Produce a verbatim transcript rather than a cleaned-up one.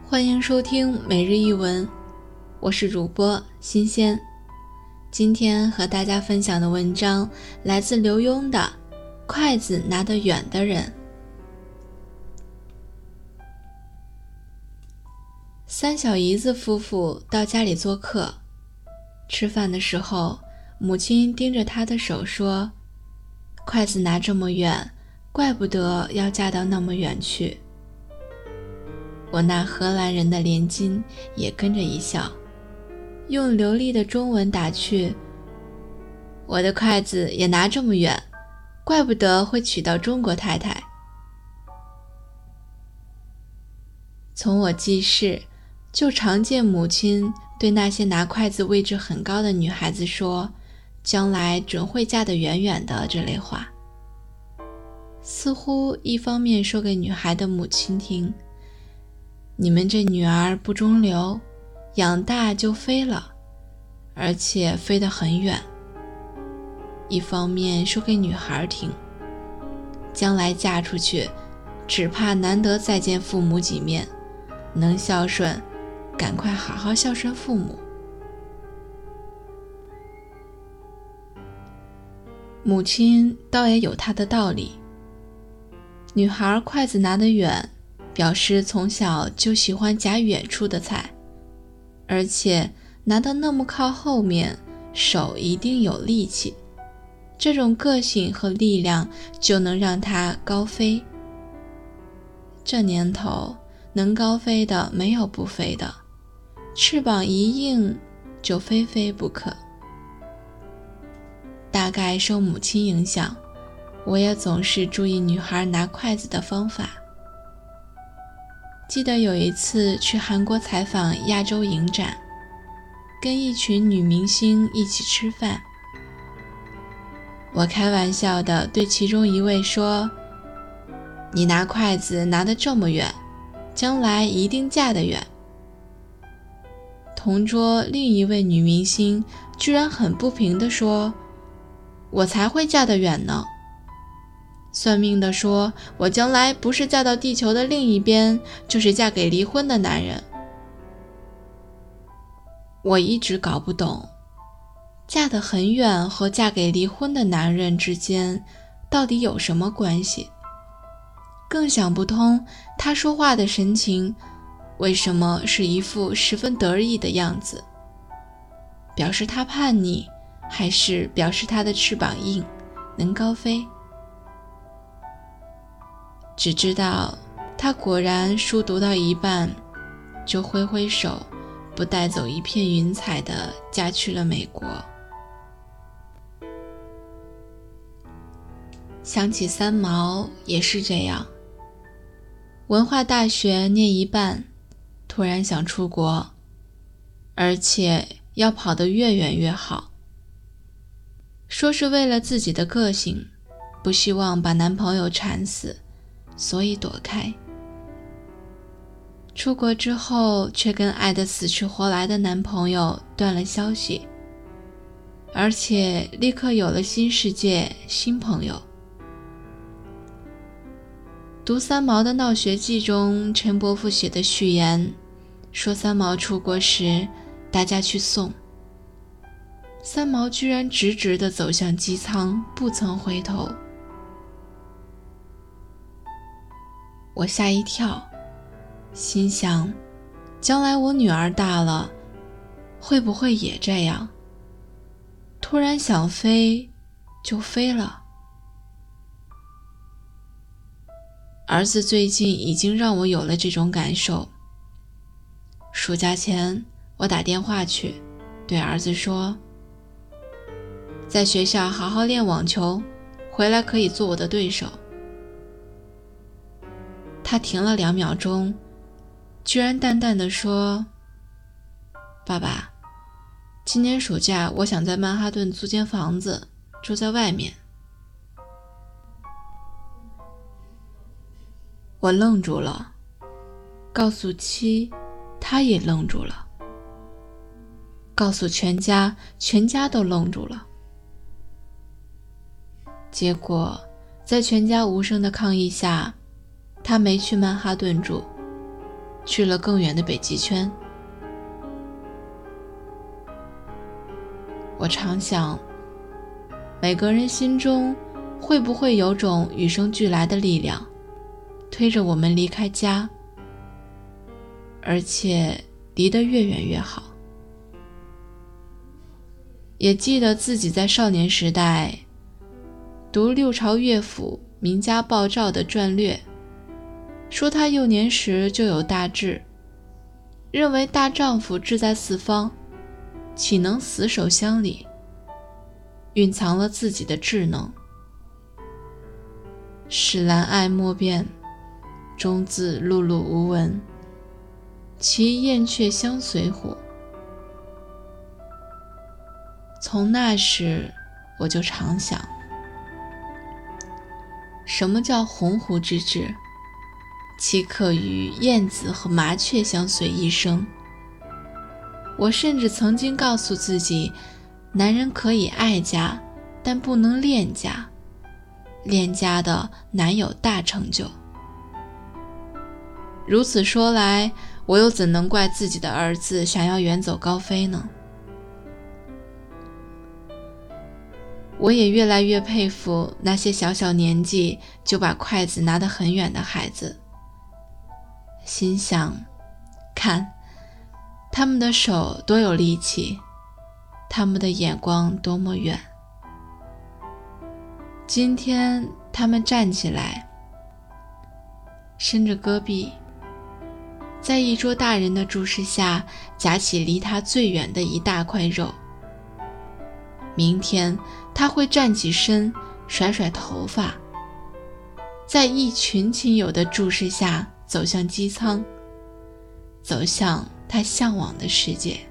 欢迎收听每日一文，我是主播新鲜。今天和大家分享的文章来自刘墉的《筷子拿得远的人》。三小姨子夫妇到家里做客，吃饭的时候，母亲盯着她的手说：“筷子拿这么远，怪不得要嫁到那么远去。”我那荷兰人的连襟也跟着一笑，用流利的中文打趣：“我的筷子也拿这么远，怪不得会娶到中国太太。”从我记事，就常见母亲对那些拿筷子位置很高的女孩子说：“将来准会嫁得远远的”这类话，似乎一方面说给女孩的母亲听，你们这女儿不中留，养大就飞了，而且飞得很远。一方面说给女孩听，将来嫁出去，只怕难得再见父母几面，能孝顺，赶快好好孝顺父母。母亲倒也有她的道理，女孩筷子拿得远，表示从小就喜欢夹远处的菜，而且拿到那么靠后面，手一定有力气，这种个性和力量就能让它高飞。这年头能高飞的没有不飞的，翅膀一硬就非飞不可。大概受母亲影响，我也总是注意女孩拿筷子的方法。记得有一次去韩国采访亚洲影展，跟一群女明星一起吃饭，我开玩笑地对其中一位说：“你拿筷子拿得这么远，将来一定嫁得远。”同桌另一位女明星居然很不平地说：“我才会嫁得远呢。算命的说，我将来不是嫁到地球的另一边，就是嫁给离婚的男人。”我一直搞不懂，嫁得很远和嫁给离婚的男人之间到底有什么关系？更想不通他说话的神情为什么是一副十分得意的样子，表示他叛逆，还是表示他的翅膀硬，能高飞？只知道他果然书读到一半，就挥挥手，不带走一片云彩的嫁去了美国。想起三毛也是这样，文化大学念一半，突然想出国，而且要跑得越远越好，说是为了自己的个性，不希望把男朋友缠死，所以躲开。出国之后，却跟爱得死去活来的男朋友断了消息，而且立刻有了新世界、新朋友。读三毛的《闹学记》中，陈伯父写的序言说，三毛出国时，大家去送，三毛居然直直地走向机舱，不曾回头。我吓一跳，心想，将来我女儿大了，会不会也这样？突然想飞，就飞了。儿子最近已经让我有了这种感受。暑假前，我打电话去，对儿子说：“在学校好好练网球，回来可以做我的对手。”他停了两秒钟，居然淡淡地说：“爸爸，今年暑假我想在曼哈顿租间房子，住在外面。”我愣住了，告诉妻，他也愣住了，告诉全家，全家都愣住了。结果在全家无声的抗议下，他没去曼哈顿住， 去了更远的北极圈。我常想，每个人心中会不会有种与生俱来的力量，推着我们离开家，而且离得越远越好。也记得自己在少年时代读六朝乐府名家鲍照的传略，说他幼年时就有大志，认为大丈夫志在四方，岂能死守乡里，蕴藏了自己的智能。使兰爱莫辨，终自碌碌无闻，其燕雀相随乎？从那时我就常想，什么叫鸿鹄之志？岂可与燕子和麻雀相随一生？我甚至曾经告诉自己，男人可以爱家，但不能恋家，恋家的难有大成就。如此说来，我又怎能怪自己的儿子想要远走高飞呢？我也越来越佩服那些小小年纪就把筷子拿得很远的孩子，心想，看，他们的手多有力气，他们的眼光多么远。今天他们站起来，伸着胳臂，在一桌大人的注视下夹起离他最远的一大块肉。明天他会站起身，甩甩头发，在一群亲友的注视下走向机舱，走向他向往的世界。